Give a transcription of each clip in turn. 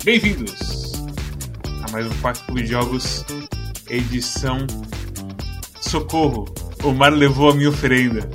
Bem-vindos a mais um Quarto Clube de Jogos, edição Socorro, o mar levou a minha oferenda.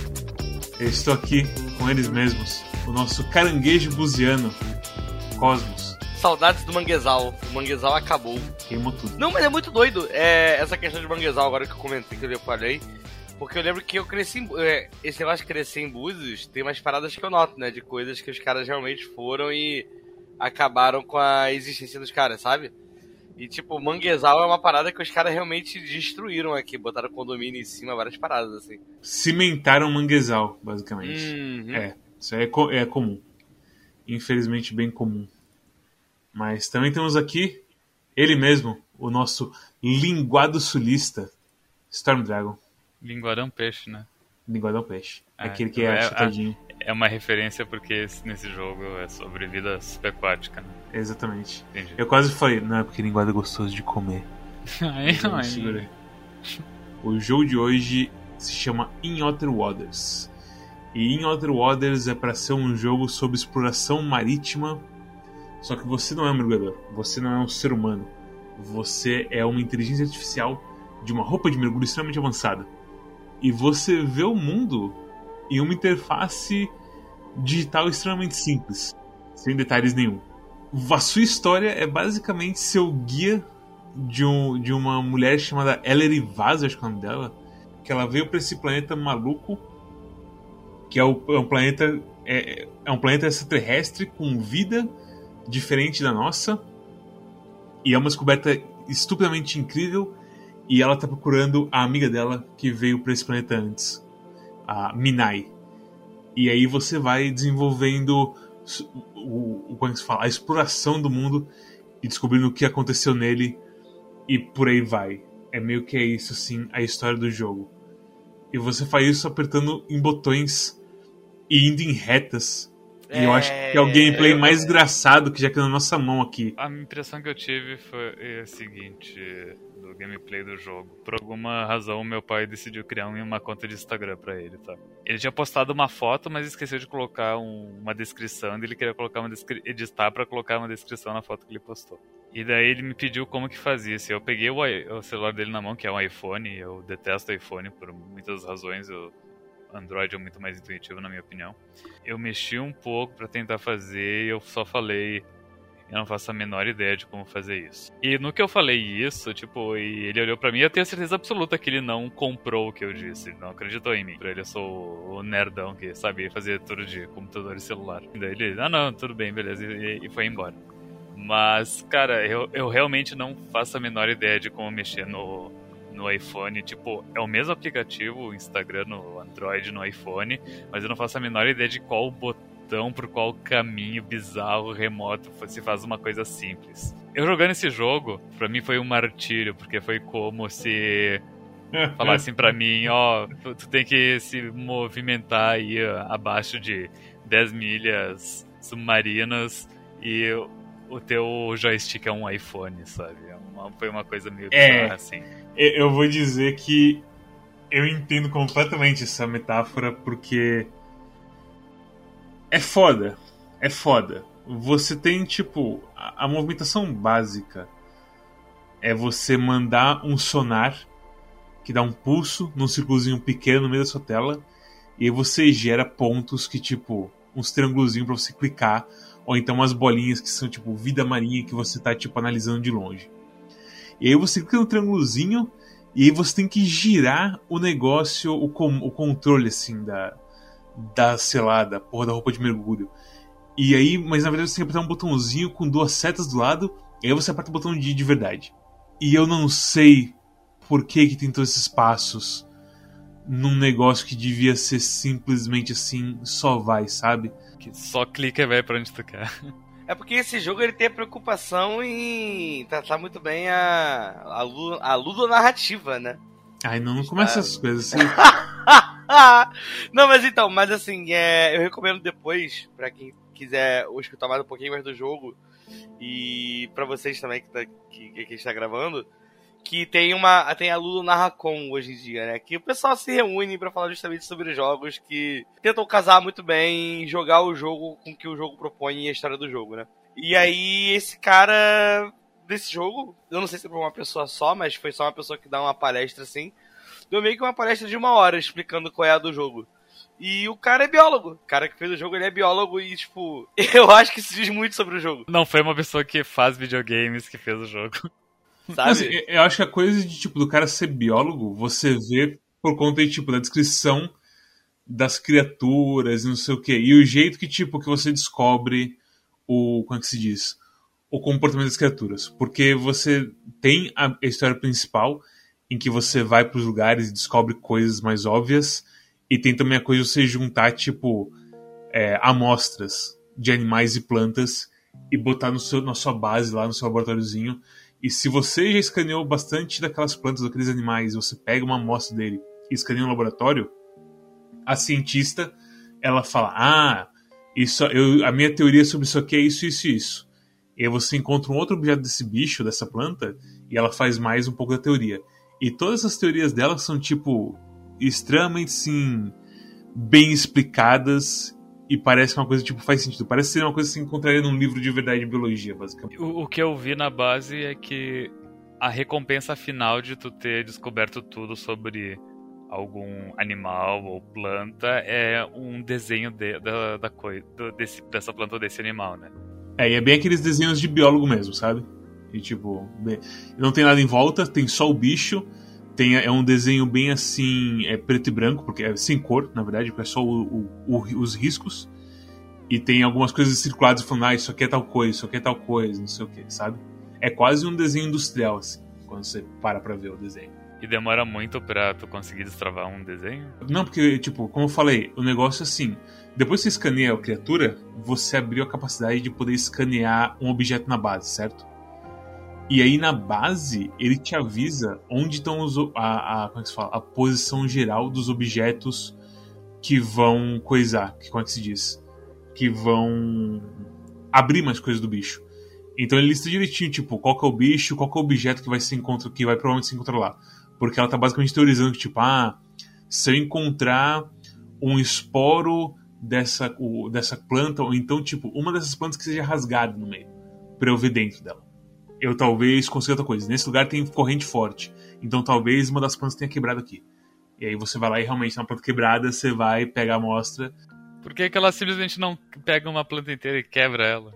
Eu estou aqui com eles mesmos, o nosso caranguejo buziano, Cosmos. Saudades do manguezal. O manguezal acabou. Queimou tudo. Não, mas é muito doido essa questão de manguezal, agora que eu comentei, que eu falei. Porque eu lembro que eu cresci esse negócio de crescer em Búzios, tem umas paradas que eu noto, né? De coisas que os caras realmente foram e acabaram com a existência dos caras, sabe? E tipo, manguezal é uma parada que os caras realmente destruíram aqui. Botaram condomínio em cima, várias paradas, assim. Cimentaram manguezal, basicamente. Uhum. Isso aí é comum. Infelizmente bem comum. Mas também temos aqui ele mesmo, o nosso linguado sulista, Storm Dragon. Linguadão peixe, né? Linguadão peixe. Aquele que é chutadinho. É uma referência porque nesse jogo é sobre vida subaquática, né? Exatamente. Entendi. Eu quase falei, não é porque linguado é gostoso de comer. Ai. Segurei. O jogo de hoje se chama In Other Waters. E In Other Waters é para ser um jogo sobre exploração marítima. Só que você não é um mergulhador. Você não é um ser humano. Você é uma inteligência artificial de uma roupa de mergulho extremamente avançada. E você vê o mundo em uma interface digital extremamente simples, sem detalhes nenhum. A sua história é basicamente ser o guia de uma mulher chamada Ellery Vaz, acho que é o nome dela, que ela veio para esse planeta maluco, que é um planeta extraterrestre com vida diferente da nossa, e é uma descoberta estupidamente incrível. E ela tá procurando a amiga dela que veio pra esse planeta antes, a Minai. E aí você vai desenvolvendo como é que se fala? A exploração do mundo e descobrindo o que aconteceu nele. E por aí vai. É meio que isso, assim, a história do jogo. E você faz isso apertando em botões e indo em retas. E eu acho que é o gameplay mais engraçado que já que na nossa mão aqui. A impressão que eu tive foi a seguinte do gameplay do jogo. Por alguma razão, meu pai decidiu criar uma conta de Instagram pra ele, tá? Ele tinha postado uma foto, mas esqueceu de colocar uma descrição. E ele queria colocar editar pra colocar uma descrição na foto que ele postou. E daí ele me pediu como que fazia. Eu peguei o celular dele na mão, que é um iPhone. Eu detesto iPhone por muitas razões. Android é muito mais intuitivo, na minha opinião. Eu mexi um pouco pra tentar fazer e eu só falei, eu não faço a menor ideia de como fazer isso. E no que eu falei isso, tipo, e ele olhou pra mim, eu tenho certeza absoluta que ele não comprou o que eu disse, ele não acreditou em mim. Pra ele eu sou o nerdão que sabia fazer tudo de computador e celular. E daí ele, não, tudo bem, beleza, e foi embora. Mas, cara, eu realmente não faço a menor ideia de como mexer no iPhone. Tipo, é o mesmo aplicativo, o Instagram no Android, no iPhone, mas eu não faço a menor ideia de qual botão, por qual caminho bizarro, remoto, se faz uma coisa simples. Eu jogando esse jogo, pra mim foi um martírio, porque foi como se falassem pra mim, tu tem que se movimentar aí abaixo de 10 milhas submarinas e o teu joystick é um iPhone, sabe? Foi uma coisa meio bizarra, assim. Eu vou dizer que eu entendo completamente essa metáfora, porque é foda. Você tem, tipo, a movimentação básica é você mandar um sonar que dá um pulso num círculozinho pequeno no meio da sua tela, e aí você gera pontos que, tipo, uns triângulozinhos pra você clicar, ou então umas bolinhas que são, tipo, vida marinha que você tá, tipo, analisando de longe. E aí você clica no triângulozinho e aí você tem que girar o negócio, o controle, assim, sei lá, da porra da roupa de mergulho. E aí, mas na verdade você tem que apertar um botãozinho com duas setas do lado, e aí você aperta o botão de verdade. E eu não sei por que tem todos esses passos num negócio que devia ser simplesmente assim, só vai, sabe? Que só clica e vai pra onde tu quer. É porque esse jogo ele tem a preocupação em tratar muito bem a ludonarrativa, né? Ai, não começa essas coisas assim. Não, mas assim, eu recomendo depois, pra quem quiser escutar mais um pouquinho mais do jogo, e pra vocês também que a gente tá gravando, que tem a Ludonarracon hoje em dia, né? Que o pessoal se reúne pra falar justamente sobre jogos que tentam casar muito bem, jogar o jogo com o que o jogo propõe e a história do jogo, né? E aí, esse cara desse jogo, eu não sei se é pra uma pessoa só, mas foi só uma pessoa que dá uma palestra assim, deu meio que uma palestra de 1 hora explicando qual é a do jogo. E o cara é biólogo. O cara que fez o jogo, ele é biólogo e, tipo, eu acho que isso diz muito sobre o jogo. Não foi uma pessoa que faz videogames que fez o jogo. Sabe? Mas eu acho que a coisa de, tipo, do cara ser biólogo, você vê por conta de, tipo, da descrição das criaturas e não sei o quê. E o jeito que, tipo, que você descobre como é que se diz? O comportamento das criaturas. Porque você tem a história principal, em que você vai pros lugares e descobre coisas mais óbvias, e tem também a coisa de você juntar, tipo, amostras de animais e plantas e botar na sua base lá, no seu laboratóriozinho. E se você já escaneou bastante daquelas plantas, daqueles animais, e você pega uma amostra dele e escaneia no laboratório, a cientista, ela fala, a minha teoria sobre isso aqui é isso, isso e isso. E aí você encontra um outro objeto desse bicho, dessa planta, e ela faz mais um pouco da teoria. E todas as teorias dela são, tipo, extremamente, sim, bem explicadas, e parece que é uma coisa, tipo, faz sentido. Parece ser uma coisa que você encontraria num livro de verdade de biologia, basicamente. O que eu vi na base é que a recompensa final de tu ter descoberto tudo sobre algum animal ou planta é um desenho dessa planta ou desse animal, né? E é bem aqueles desenhos de biólogo mesmo, sabe? E tipo, não tem nada em volta, tem só o bicho. É um desenho bem assim, preto e branco, porque é sem cor, na verdade, porque é só os riscos. E tem algumas coisas circuladas falando, isso aqui é tal coisa, isso aqui é tal coisa, não sei o que, sabe? É quase um desenho industrial, assim, quando você para pra ver o desenho. E demora muito pra tu conseguir destravar um desenho? Não, porque, tipo, como eu falei, o negócio é assim, depois que você escaneia a criatura, você abriu a capacidade de poder escanear um objeto na base, certo? E aí na base, ele te avisa onde estão como é que se fala? A posição geral dos objetos que vão coisar, como é que se diz? Que vão abrir mais coisas do bicho. Então ele lista direitinho, tipo, qual que é o bicho, qual que é o objeto que vai provavelmente se encontrar lá. Porque ela tá basicamente teorizando que, tipo, se eu encontrar um esporo dessa planta, ou então, tipo, uma dessas plantas que seja rasgada no meio, pra eu ver dentro dela, eu talvez consiga outra coisa. Nesse lugar tem corrente forte, então talvez uma das plantas tenha quebrado aqui. E aí você vai lá e realmente, na planta quebrada, você vai pegar a amostra. Por que ela simplesmente não pega uma planta inteira e quebra ela?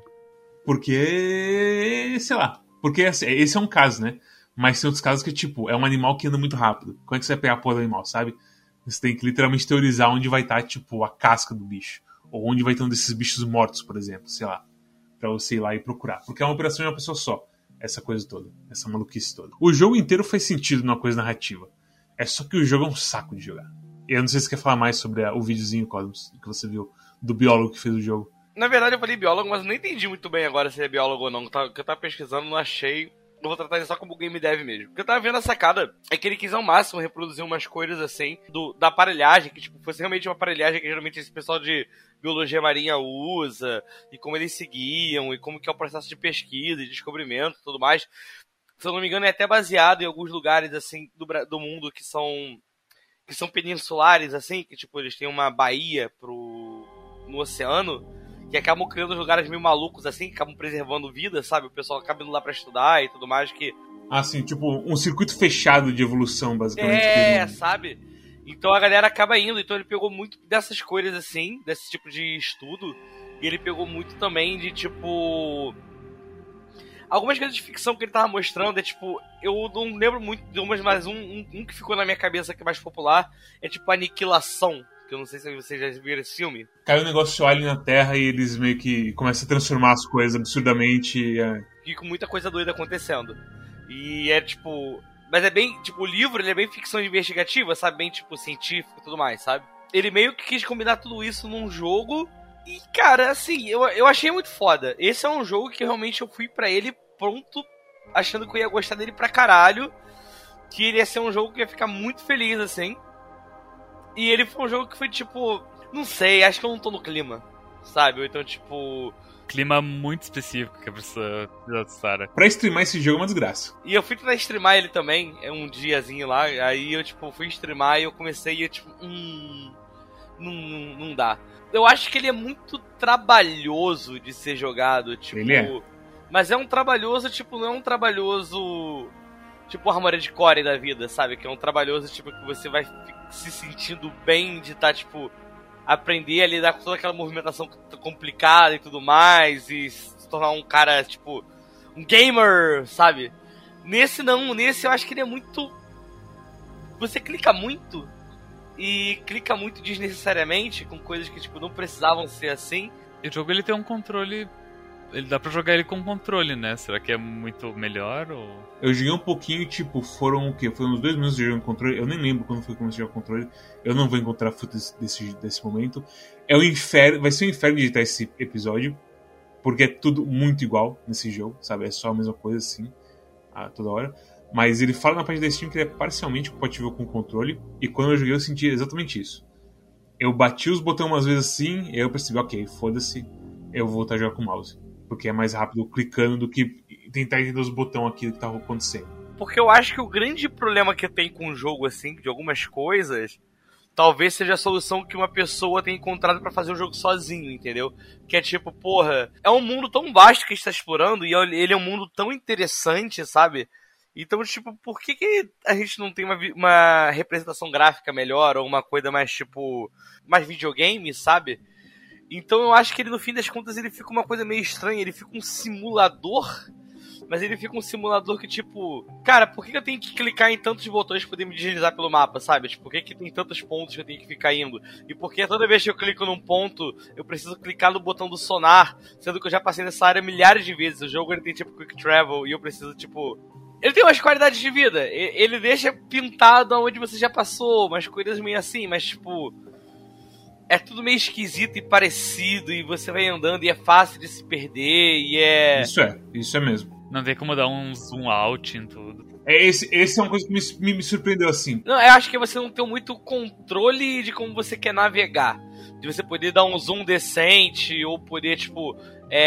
Porque, sei lá, porque esse é um caso, né? Mas tem outros casos que, tipo, é um animal que anda muito rápido. Como é que você vai pegar a porra do animal, sabe? Você tem que literalmente teorizar onde vai estar, tipo, a casca do bicho. Ou onde vai ter um desses bichos mortos, por exemplo, sei lá. Pra você ir lá e procurar. Porque é uma operação de uma pessoa só. Essa coisa toda. Essa maluquice toda. O jogo inteiro faz sentido numa coisa narrativa. É só que o jogo é um saco de jogar. Eu não sei se você quer falar mais sobre o videozinho, Cosmos, que você viu do biólogo que fez o jogo. Na verdade eu falei biólogo, mas eu não entendi muito bem agora se é biólogo ou não. O que eu tava pesquisando, não achei. Eu vou tratar isso só como game dev mesmo. O que eu tava vendo a sacada é que ele quis ao máximo reproduzir umas coisas assim da aparelhagem, que tipo, fosse realmente uma aparelhagem que geralmente esse pessoal de biologia marinha usa, e como eles seguiam, e como que é o processo de pesquisa e descobrimento e tudo mais. Se eu não me engano, é até baseado em alguns lugares assim do mundo que são peninsulares, assim, que tipo, eles têm uma baía no oceano, que acabam criando lugares meio malucos, assim, que acabam preservando vida, sabe? O pessoal acaba indo lá pra estudar e tudo mais, que... Assim, tipo, um circuito fechado de evolução, basicamente. Sabe? Então a galera acaba indo, então ele pegou muito dessas coisas, assim, desse tipo de estudo, e ele pegou muito também de, tipo... Algumas coisas de ficção que ele tava mostrando é, tipo... Eu não lembro muito de umas, mas um que ficou na minha cabeça que é mais popular é, tipo, Aniquilação. Que eu não sei se vocês já viram esse filme. Cai um negócio alien na Terra e eles meio que começam a transformar as coisas absurdamente. E com muita coisa doida acontecendo. E é tipo... Mas é bem... Tipo, o livro, ele é bem ficção investigativa, sabe? Bem, tipo, científico e tudo mais, sabe? Ele meio que quis combinar tudo isso num jogo. E, cara, assim, eu achei muito foda. Esse é um jogo que realmente eu fui pra ele pronto, achando que eu ia gostar dele pra caralho. Que ele ia ser um jogo que eu ia ficar muito feliz, assim. E ele foi um jogo que foi tipo... Não sei, acho que eu não tô no clima, sabe? Ou então, tipo... Clima muito específico que a pessoa precisa. Pra streamar esse jogo é uma desgraça. E eu fui tentar streamar ele também, um diazinho lá. Aí eu, tipo, fui streamar e eu comecei e eu, tipo... não dá. Eu acho que ele é muito trabalhoso de ser jogado, tipo... Ele é. Mas é um trabalhoso, tipo, não é um trabalhoso... Tipo Armored Core da vida, sabe? Que é um trabalhoso, tipo, que você vai se sentindo bem de estar, tipo... Aprender a lidar com toda aquela movimentação complicada e tudo mais. E se tornar um cara, tipo... Um gamer, sabe? Nesse não, nesse eu acho que ele é muito... Você clica muito... E clica muito desnecessariamente com coisas que, tipo, não precisavam ser assim. E o jogo, ele tem um controle... Ele dá pra jogar ele com controle, né? Será que é muito melhor ou... Eu joguei um pouquinho, tipo, foram o quê? Foram uns 2 minutos de jogo em controle. Eu nem lembro quando foi que comecei a jogar controle. Eu não vou encontrar fruto desse momento. É o inferno, vai ser um inferno editar esse episódio. Porque é tudo muito igual nesse jogo, sabe? É só a mesma coisa, assim, a toda hora. Mas ele fala na parte da Steam que ele é parcialmente compatível com o controle. E quando eu joguei eu senti exatamente isso. Eu bati os botões umas vezes assim, e aí eu percebi, ok, foda-se, eu vou voltar a jogar com o mouse. Porque é mais rápido clicando do que tentar entender os botões aqui que tá acontecendo. Porque eu acho que o grande problema que tem com o jogo, assim, de algumas coisas, talvez seja a solução que uma pessoa tem encontrado pra fazer o jogo sozinho, entendeu? Que é tipo, porra, é um mundo tão vasto que a gente tá explorando, e ele é um mundo tão interessante, sabe? Então, tipo, por que a gente não tem uma representação gráfica melhor, ou uma coisa mais, tipo, mais videogame, sabe? Então eu acho que ele, no fim das contas, ele fica uma coisa meio estranha, ele fica um simulador, mas ele fica um simulador que, tipo, cara, por que eu tenho que clicar em tantos botões pra poder me deslizar pelo mapa, sabe? Tipo, por que tem tantos pontos que eu tenho que ficar indo? E por que toda vez que eu clico num ponto, eu preciso clicar no botão do sonar, sendo que eu já passei nessa área milhares de vezes. O jogo, ele tem, tipo, quick travel, e eu preciso, tipo... Ele tem umas qualidades de vida, ele deixa pintado aonde você já passou, umas coisas meio assim, mas, tipo... É tudo meio esquisito e parecido, e você vai andando e é fácil de se perder, e é... Isso é mesmo. Não tem como dar um zoom out em tudo. Esse é uma coisa que me surpreendeu assim. Não, eu acho que você não tem muito controle de como você quer navegar. De você poder dar um zoom decente, ou poder, tipo...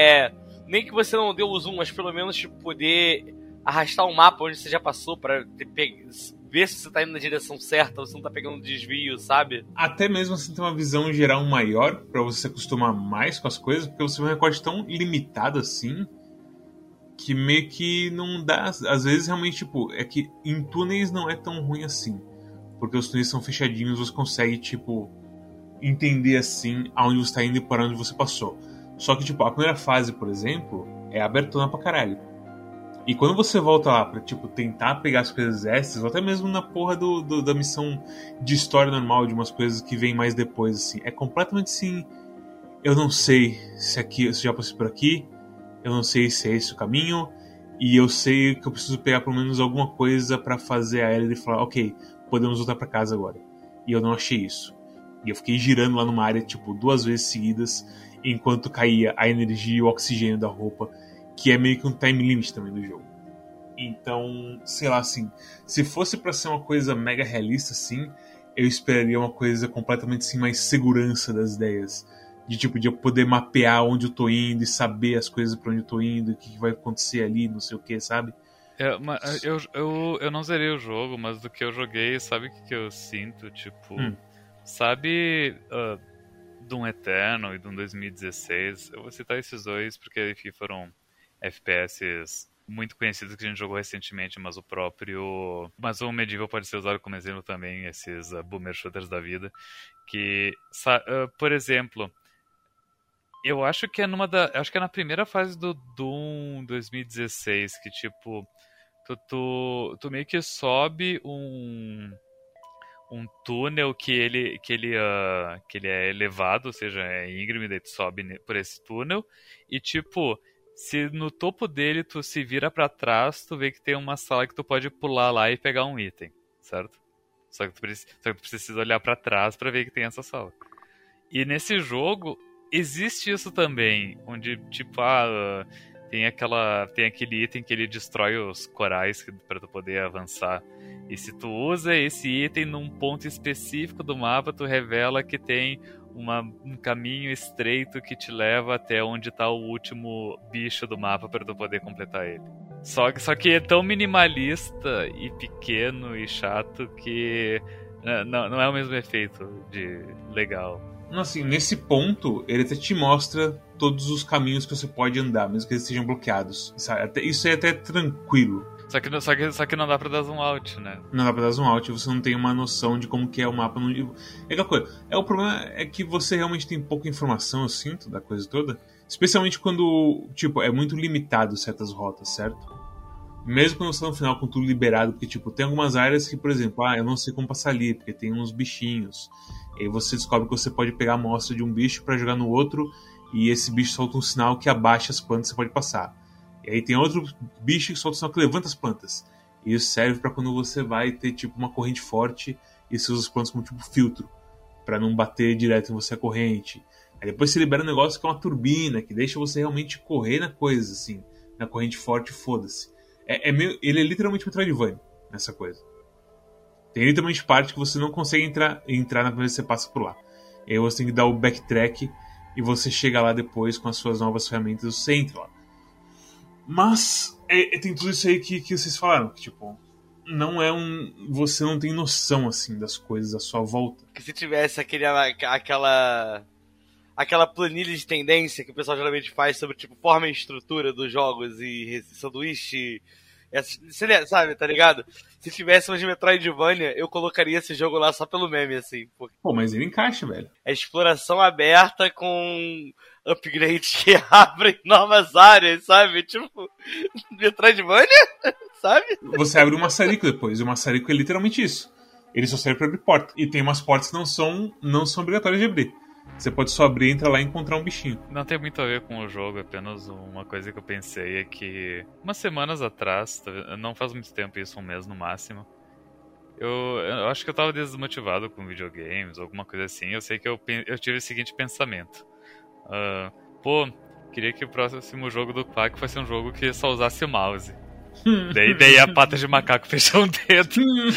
nem que você não dê o zoom, mas pelo menos, tipo, poder arrastar um mapa onde você já passou pra ver se você tá indo na direção certa ou se não tá pegando desvio, sabe? Até mesmo assim ter uma visão geral maior pra você se acostumar mais com as coisas, porque você tem um recorte tão limitado assim que meio que não dá. Às vezes realmente, tipo, é que em túneis não é tão ruim assim. Porque os túneis são fechadinhos, você consegue, tipo, entender assim aonde você tá indo e para onde você passou. Só que, tipo, a primeira fase, por exemplo, é abertona pra caralho. E quando você volta lá pra, tipo, tentar pegar as coisas extras, ou até mesmo na porra da missão de história normal, de umas coisas que vêm mais depois, assim, é completamente assim... Eu não sei se já passei por aqui, eu não sei se é esse o caminho, e eu sei que eu preciso pegar pelo menos alguma coisa pra fazer a Ellie falar, ok, podemos voltar pra casa agora. E eu não achei isso. E eu fiquei girando lá numa área, tipo, 2 vezes seguidas, enquanto caía a energia e o oxigênio da roupa, que é meio que um time limit também do jogo. Então, sei lá, assim, se fosse pra ser uma coisa mega realista, assim, eu esperaria uma coisa completamente, assim, mais segurança das ideias. De, tipo, de eu poder mapear onde eu tô indo e saber as coisas pra onde eu tô indo, o que vai acontecer ali, não sei o que, sabe? Eu não zerei o jogo, mas do que eu joguei, sabe o que eu sinto? Tipo, sabe Doom Eternal e Doom 2016? Eu vou citar esses dois porque enfim, foram FPS muito conhecidos que a gente jogou recentemente, mas o Medieval pode ser usado como exemplo também, esses boomer shooters da vida, que, por exemplo, eu acho que acho que é na primeira fase do Doom 2016 que, tipo, tu meio que sobe um túnel que ele é elevado, ou seja, é íngreme, daí tu sobe por esse túnel e, tipo, se no topo dele tu se vira pra trás, tu vê que tem uma sala que tu pode pular lá e pegar um item, certo? Só que tu precisa olhar pra trás pra ver que tem essa sala. E nesse jogo existe isso também, onde, tipo, tem aquele item que ele destrói os corais pra tu poder avançar. E se tu usa esse item num ponto específico do mapa, tu revela que tem um caminho estreito que te leva até onde tá o último bicho do mapa para tu poder completar ele. Só que é tão minimalista e pequeno e chato que Não é o mesmo efeito de legal. Assim, nesse ponto, ele até te mostra todos os caminhos que você pode andar, mesmo que eles estejam bloqueados. Isso é até tranquilo. Só que não dá pra dar zoom out, né? Não dá pra dar zoom out, você não tem uma noção de como que é o mapa. É aquela coisa. O problema é que você realmente tem pouca informação, eu sinto, da coisa toda. Especialmente quando, tipo, é muito limitado certas rotas, certo? Mesmo quando você tá no final com tudo liberado, porque, tipo, tem algumas áreas que, por exemplo, eu não sei como passar ali, porque tem uns bichinhos. E aí você descobre que você pode pegar a amostra de um bicho pra jogar no outro, e esse bicho solta um sinal que abaixa as plantas e você pode passar. E aí tem outro bicho que solta um sinal que levanta as plantas. E isso serve pra quando você vai ter, tipo, uma corrente forte, e você usa as plantas como, tipo, filtro, pra não bater direto em você a corrente. Aí depois você libera um negócio que é uma turbina, que deixa você realmente correr na coisa, assim, na corrente forte, foda-se. Ele é literalmente Metroidvania nessa coisa. Tem literalmente parte que você não consegue entrar na primeira vez que você passa por lá. E aí você tem que dar o backtrack e você chega lá depois com as suas novas ferramentas, você entra lá. Mas tem tudo isso aí que vocês falaram, que tipo, não é você não tem noção assim das coisas à sua volta. Que se tivesse aquela planilha de tendência que o pessoal geralmente faz sobre, tipo, forma e estrutura dos jogos e sanduíche, sabe, tá ligado? Se tivesse uma de Metroidvania, eu colocaria esse jogo lá só pelo meme, assim. Porque Pô, mas ele encaixa, velho. é exploração aberta com upgrades que abrem novas áreas, sabe? Tipo, Metroidvania, sabe? Você abre um maçarico depois, e o maçarico é literalmente isso. Ele só serve pra abrir porta. E tem umas portas que não são obrigatórias de abrir. Você pode só abrir, entrar lá e encontrar um bichinho. Não tem muito a ver com o jogo, apenas uma coisa que eu pensei é que umas semanas atrás, não faz muito tempo isso, um mês no máximo, eu acho que eu tava desmotivado com videogames, alguma coisa assim. Eu sei que eu tive o seguinte pensamento. Queria que o próximo jogo do Quack fosse um jogo que só usasse o mouse. Daí a pata de macaco fechou um dedo.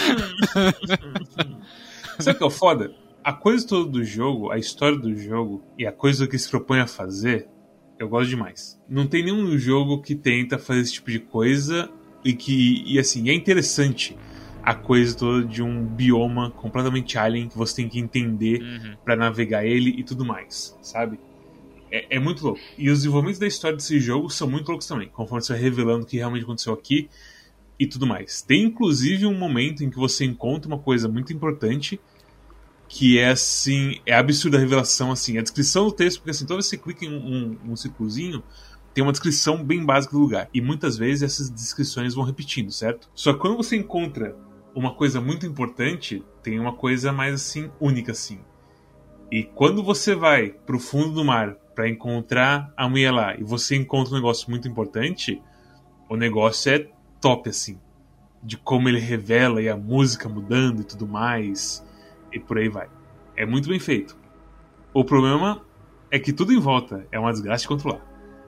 Sabe o que é o foda? A coisa toda do jogo, a história do jogo e a coisa que se propõe a fazer, eu gosto demais. Não tem nenhum jogo que tenta fazer esse tipo de coisa e assim, é interessante a coisa toda de um bioma completamente alien que você tem que entender pra navegar ele e tudo mais, sabe? É muito louco. E os desenvolvimentos da história desse jogo são muito loucos também, conforme você vai revelando o que realmente aconteceu aqui e tudo mais. Tem inclusive um momento em que você encontra uma coisa muito importante que é assim, é absurda a revelação, assim, a descrição do texto, porque assim, toda vez que você clica em um círculozinho, tem uma descrição bem básica do lugar. E muitas vezes essas descrições vão repetindo, certo? Só que quando você encontra uma coisa muito importante, tem uma coisa mais assim, única, assim. E quando você vai pro fundo do mar pra encontrar a mulher lá, e você encontra um negócio muito importante, o negócio é top, assim. De como ele revela, e a música mudando e tudo mais. E por aí vai. É muito bem feito. O problema é que tudo em volta é uma desgraça de controlar.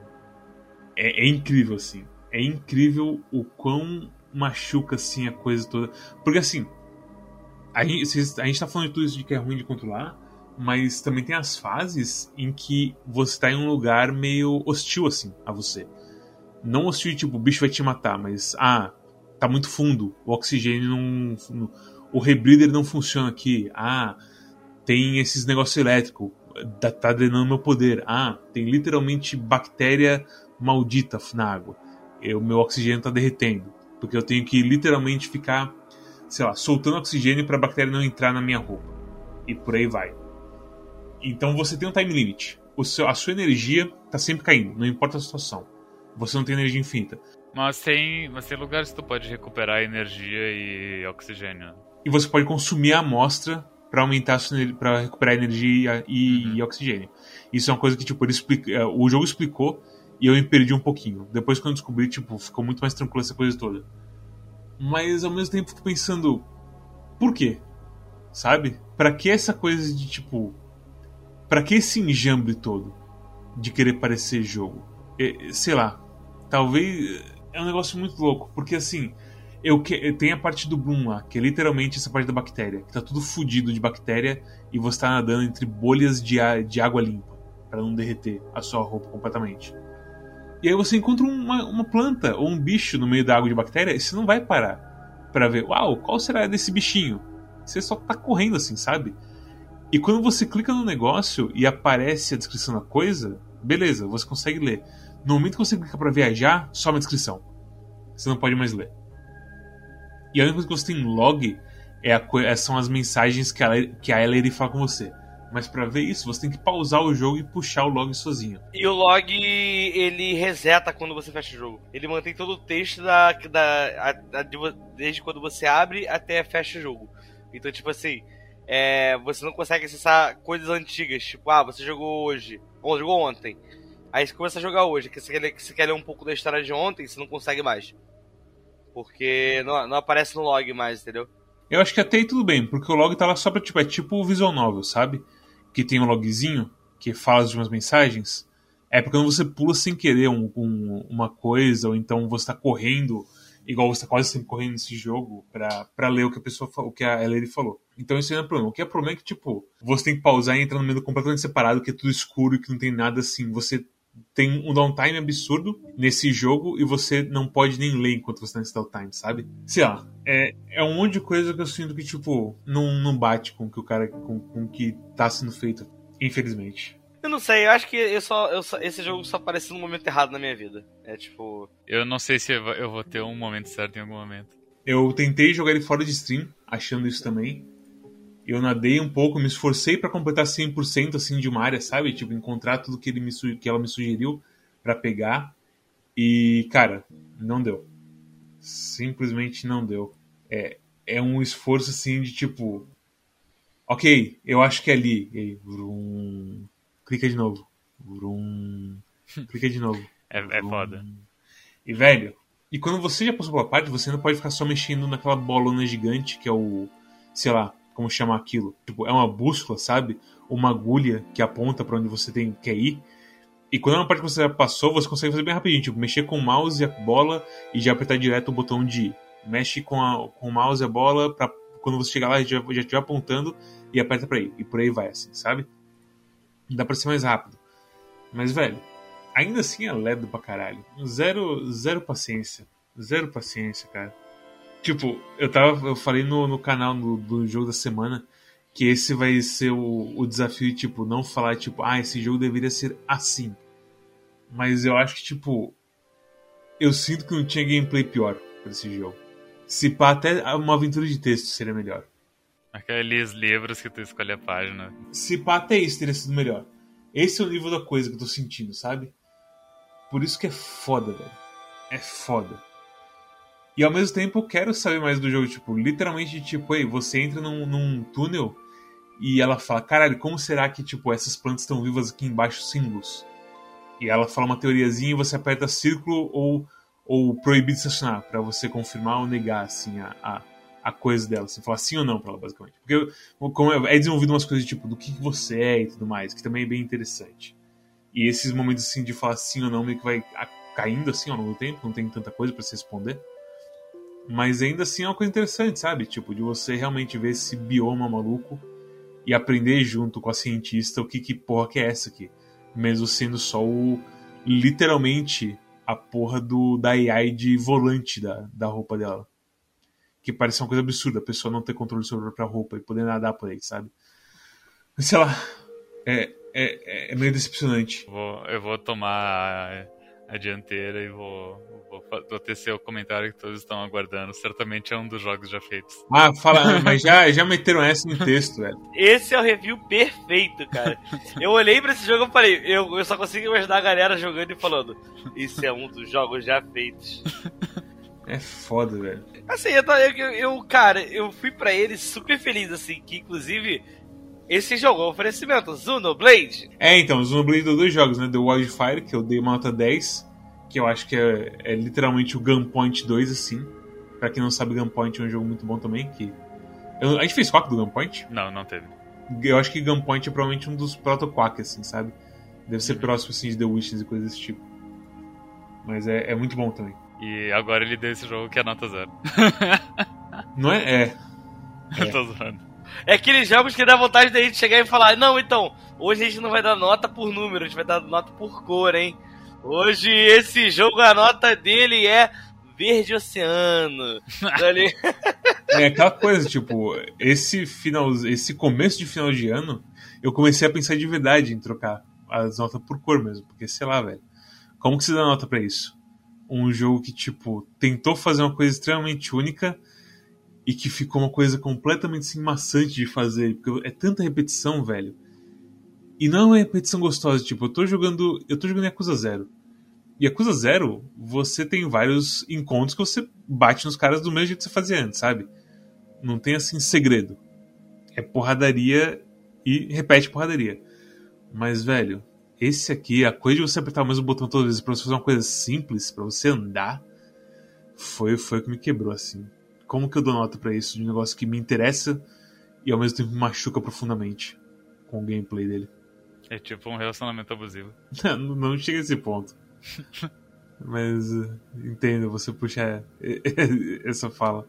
É incrível, assim. É incrível o quão machuca, assim, a coisa toda. Porque, assim, a gente tá falando de tudo isso de que é ruim de controlar, mas também tem as fases em que você tá em um lugar meio hostil, assim, a você. Não hostil, tipo, o bicho vai te matar, mas, tá muito fundo, o oxigênio não... O rebreather não funciona aqui. Tem esses negócios elétricos. Tá drenando meu poder. Tem literalmente bactéria maldita na água. O meu oxigênio tá derretendo. Porque eu tenho que literalmente ficar, sei lá, soltando oxigênio pra bactéria não entrar na minha roupa. E por aí vai. Então você tem um time limit. A sua energia tá sempre caindo. Não importa a situação. Você não tem energia infinita. Mas tem lugares que tu pode recuperar energia e oxigênio. E você pode consumir a amostra para aumentar para recuperar energia e oxigênio. Isso é uma coisa que tipo o jogo explicou e eu me perdi um pouquinho. Depois quando eu descobri, tipo, ficou muito mais tranquilo essa coisa toda. Mas ao mesmo tempo fico pensando, por quê? Sabe? Para que essa coisa de tipo, para que esse enjambre todo de querer parecer jogo? Sei lá, talvez é um negócio muito louco, porque assim, tem a parte do Bloom lá, que é literalmente essa parte da bactéria, que tá tudo fudido de bactéria e você tá nadando entre bolhas de água limpa, pra não derreter a sua roupa completamente. E aí você encontra uma planta ou um bicho no meio da água de bactéria e você não vai parar pra ver, uau, qual será desse bichinho? Você só tá correndo assim, sabe? E quando você clica no negócio e aparece a descrição da coisa, beleza, você consegue ler. No momento que você clica pra viajar, some a descrição. Você não pode mais ler. E a única coisa que você tem log são as mensagens que a Ellery fala com você. Mas pra ver isso, você tem que pausar o jogo e puxar o log sozinho. E o log, ele reseta quando você fecha o jogo. Ele mantém todo o texto desde quando você abre até fecha o jogo. Então, tipo assim, você não consegue acessar coisas antigas. Tipo, você jogou hoje, ou jogou ontem. Aí você começa a jogar hoje, que você quer ler um pouco da história de ontem, você não consegue mais. Porque não aparece no log mais, entendeu? Eu acho que até aí tudo bem, porque o log tá lá só pra, tipo, é tipo o visual novel, sabe? Que tem um logzinho, que fala de umas mensagens. É porque quando você pula sem querer uma coisa, ou então você tá correndo, igual você tá quase sempre correndo nesse jogo, pra ler o que a Ellery falou. Então isso não é problema. O que é problema é que, tipo, você tem que pausar e entrar no meio completamente separado, que é tudo escuro e que não tem nada assim. Você tem um downtime absurdo nesse jogo e você não pode nem ler enquanto você tá nesse downtime, sabe? Sei lá, é um monte de coisa que eu sinto que, tipo, não bate com que o cara, com o que tá sendo feito, infelizmente. Eu não sei, eu acho que esse jogo só apareceu no momento errado na minha vida. É tipo... Eu não sei se eu vou ter um momento certo em algum momento. Eu tentei jogar ele fora de stream, achando isso também. Eu nadei um pouco, me esforcei pra completar 100% assim de uma área, sabe? Tipo, encontrar tudo que ela me sugeriu pra pegar. E, cara, não deu. Simplesmente não deu. É um esforço assim de tipo... Ok, eu acho que é ali. E aí, vrum, clica de novo. Vrum, clica de novo. É foda. E, velho, e quando você já passou pela parte, você não pode ficar só mexendo naquela bolona gigante que é o... Sei lá, como chamar aquilo? Tipo, é uma bússola, sabe? Uma agulha que aponta pra onde você quer ir. E quando é uma parte que você já passou, você consegue fazer bem rapidinho. Tipo, mexer com o mouse e a bola e já apertar direto o botão de ir. Mexe com o mouse e a bola pra quando você chegar lá já estiver apontando e aperta pra ir. E por aí vai, assim, sabe? Dá pra ser mais rápido. Mas, velho, ainda assim é ledo pra caralho. Zero paciência. Zero paciência, cara. Tipo, eu falei no canal do jogo da semana que esse vai ser o desafio, tipo, não falar, tipo, esse jogo deveria ser assim. Mas eu acho que, tipo, eu sinto que não tinha gameplay pior pra esse jogo. Se pá, até uma aventura de texto seria melhor. Aqueles livros que tu escolhe a página. Se pá, até isso teria sido melhor. Esse é o nível da coisa que eu tô sentindo, sabe? Por isso que é foda, velho. É foda. E ao mesmo tempo eu quero saber mais do jogo, tipo, literalmente, tipo, você entra num túnel e ela fala, caralho, como será que, tipo, essas plantas estão vivas aqui embaixo sem luz? E ela fala uma teoriazinha e você aperta círculo ou proibido estacionar, pra você confirmar ou negar, assim, a coisa dela, assim, falar sim ou não pra ela, basicamente. Porque como é desenvolvido umas coisas, tipo, do que você é e tudo mais, que também é bem interessante. E esses momentos, assim, de falar sim ou não, meio que vai caindo, assim, ao longo do tempo, não tem tanta coisa pra se responder. Mas ainda assim é uma coisa interessante, sabe? Tipo, de você realmente ver esse bioma maluco e aprender junto com a cientista o que porra que é essa aqui. Mesmo sendo só literalmente a porra da AI de volante da roupa dela. Que parece uma coisa absurda, a pessoa não ter controle sobre a própria roupa e poder nadar por aí, sabe? Sei lá, é meio decepcionante. Eu vou tomar a dianteira e vou tecer o comentário que todos estão aguardando. Certamente é um dos jogos já feitos. Fala, mas já meteram essa no texto, velho. Esse é o review perfeito, cara. Eu olhei pra esse jogo e falei, eu só consigo imaginar a galera jogando e falando, isso é um dos jogos já feitos. É foda, velho. Assim, cara, eu fui pra ele super feliz, assim, que inclusive esse jogo é um oferecimento, Xenoblade. Então, o Xenoblade deu 2 jogos, né? Deu Wildfire, que eu dei uma nota 10, que eu acho que é literalmente o Gunpoint 2, assim. Pra quem não sabe, Gunpoint é um jogo muito bom também, a gente fez quack do Gunpoint? Não teve. Eu acho que Gunpoint é provavelmente um dos proto-quack, assim, sabe? Deve ser próximo, assim, de The Witches e coisas desse tipo. Mas é muito bom também. E agora ele deu esse jogo que é nota 0. Não é? Eu tô zoando. É aqueles jogos que dá vontade da gente chegar e falar, não, então, hoje a gente não vai dar nota por número, a gente vai dar nota por cor, hein? Hoje esse jogo, a nota dele é verde oceano. Ali. É aquela coisa, tipo, esse começo de final de ano, eu comecei a pensar de verdade em trocar as notas por cor mesmo, porque sei lá, velho. Como que você dá nota pra isso? Um jogo que, tipo, tentou fazer uma coisa extremamente única e que ficou uma coisa completamente assim, maçante de fazer, porque é tanta repetição, velho. E não é uma repetição gostosa, tipo, eu tô jogando Yakuza 0. E Yakuza 0, você tem vários encontros que você bate nos caras do mesmo jeito que você fazia antes, sabe? Não tem assim segredo. É porradaria e repete porradaria. Mas, velho, esse aqui, a coisa de você apertar o mesmo botão todas as vezes pra você fazer uma coisa simples, pra você andar, foi o que me quebrou, assim. Como que eu dou nota pra isso? De um negócio que me interessa e ao mesmo tempo me machuca profundamente com o gameplay dele. É tipo um relacionamento abusivo. Não chega a esse ponto. Mas entendo, você puxa essa fala.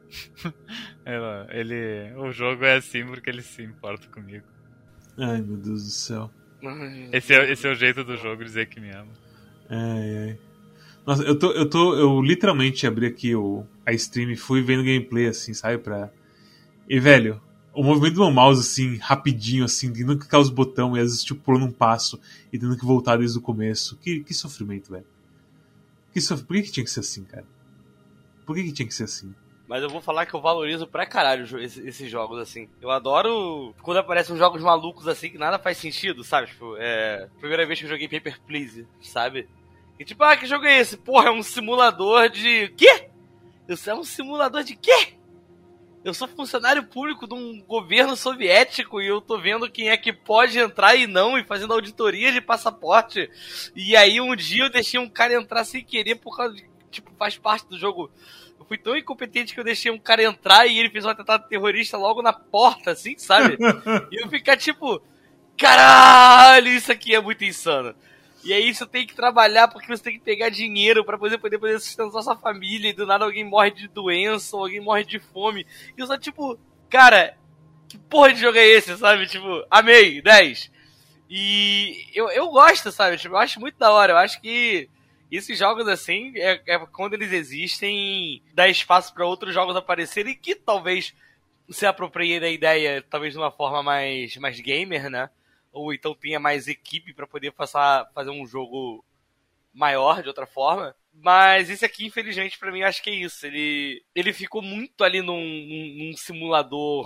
O jogo é assim porque ele se importa comigo. Ai, meu Deus do céu. Esse é o jeito do jogo dizer que me ama. Ai. Nossa, eu literalmente abri aqui a stream e fui vendo gameplay, assim, sabe? E, velho, o movimento do meu mouse, assim, rapidinho, assim, tendo que clicar os botões e às vezes, tipo, pulando um passo e tendo que voltar desde o começo. Que sofrimento, velho. Por que tinha que ser assim, cara? Por que tinha que ser assim? Mas eu vou falar que eu valorizo pra caralho esses jogos, assim. Eu adoro quando aparecem uns jogos malucos, assim, que nada faz sentido, sabe? Tipo, primeira vez que eu joguei Paper Please, sabe? E tipo, que jogo é esse? Porra, é um simulador de... Quê? Isso é um simulador de quê? Eu sou funcionário público de um governo soviético e eu tô vendo quem é que pode entrar e não, e fazendo auditoria de passaporte. E aí um dia eu deixei um cara entrar sem querer por causa de... Tipo, faz parte do jogo. Eu fui tão incompetente que eu deixei um cara entrar e ele fez um atentado terrorista logo na porta, assim, sabe? E eu ficar tipo, caralho, isso aqui é muito insano. E aí você tem que trabalhar porque você tem que pegar dinheiro pra poder sustentar sua família e do nada alguém morre de doença ou alguém morre de fome. E eu só tipo, cara, que porra de jogo é esse, sabe? Tipo, amei, 10. E eu gosto, sabe? Tipo, eu acho muito da hora. Eu acho que esses jogos assim, quando eles existem, dá espaço pra outros jogos aparecerem que talvez se apropriem da ideia, talvez de uma forma mais gamer, né? Ou então tenha mais equipe pra poder fazer um jogo maior de outra forma. Mas esse aqui, infelizmente, pra mim, acho que é isso. Ele ficou muito ali num simulador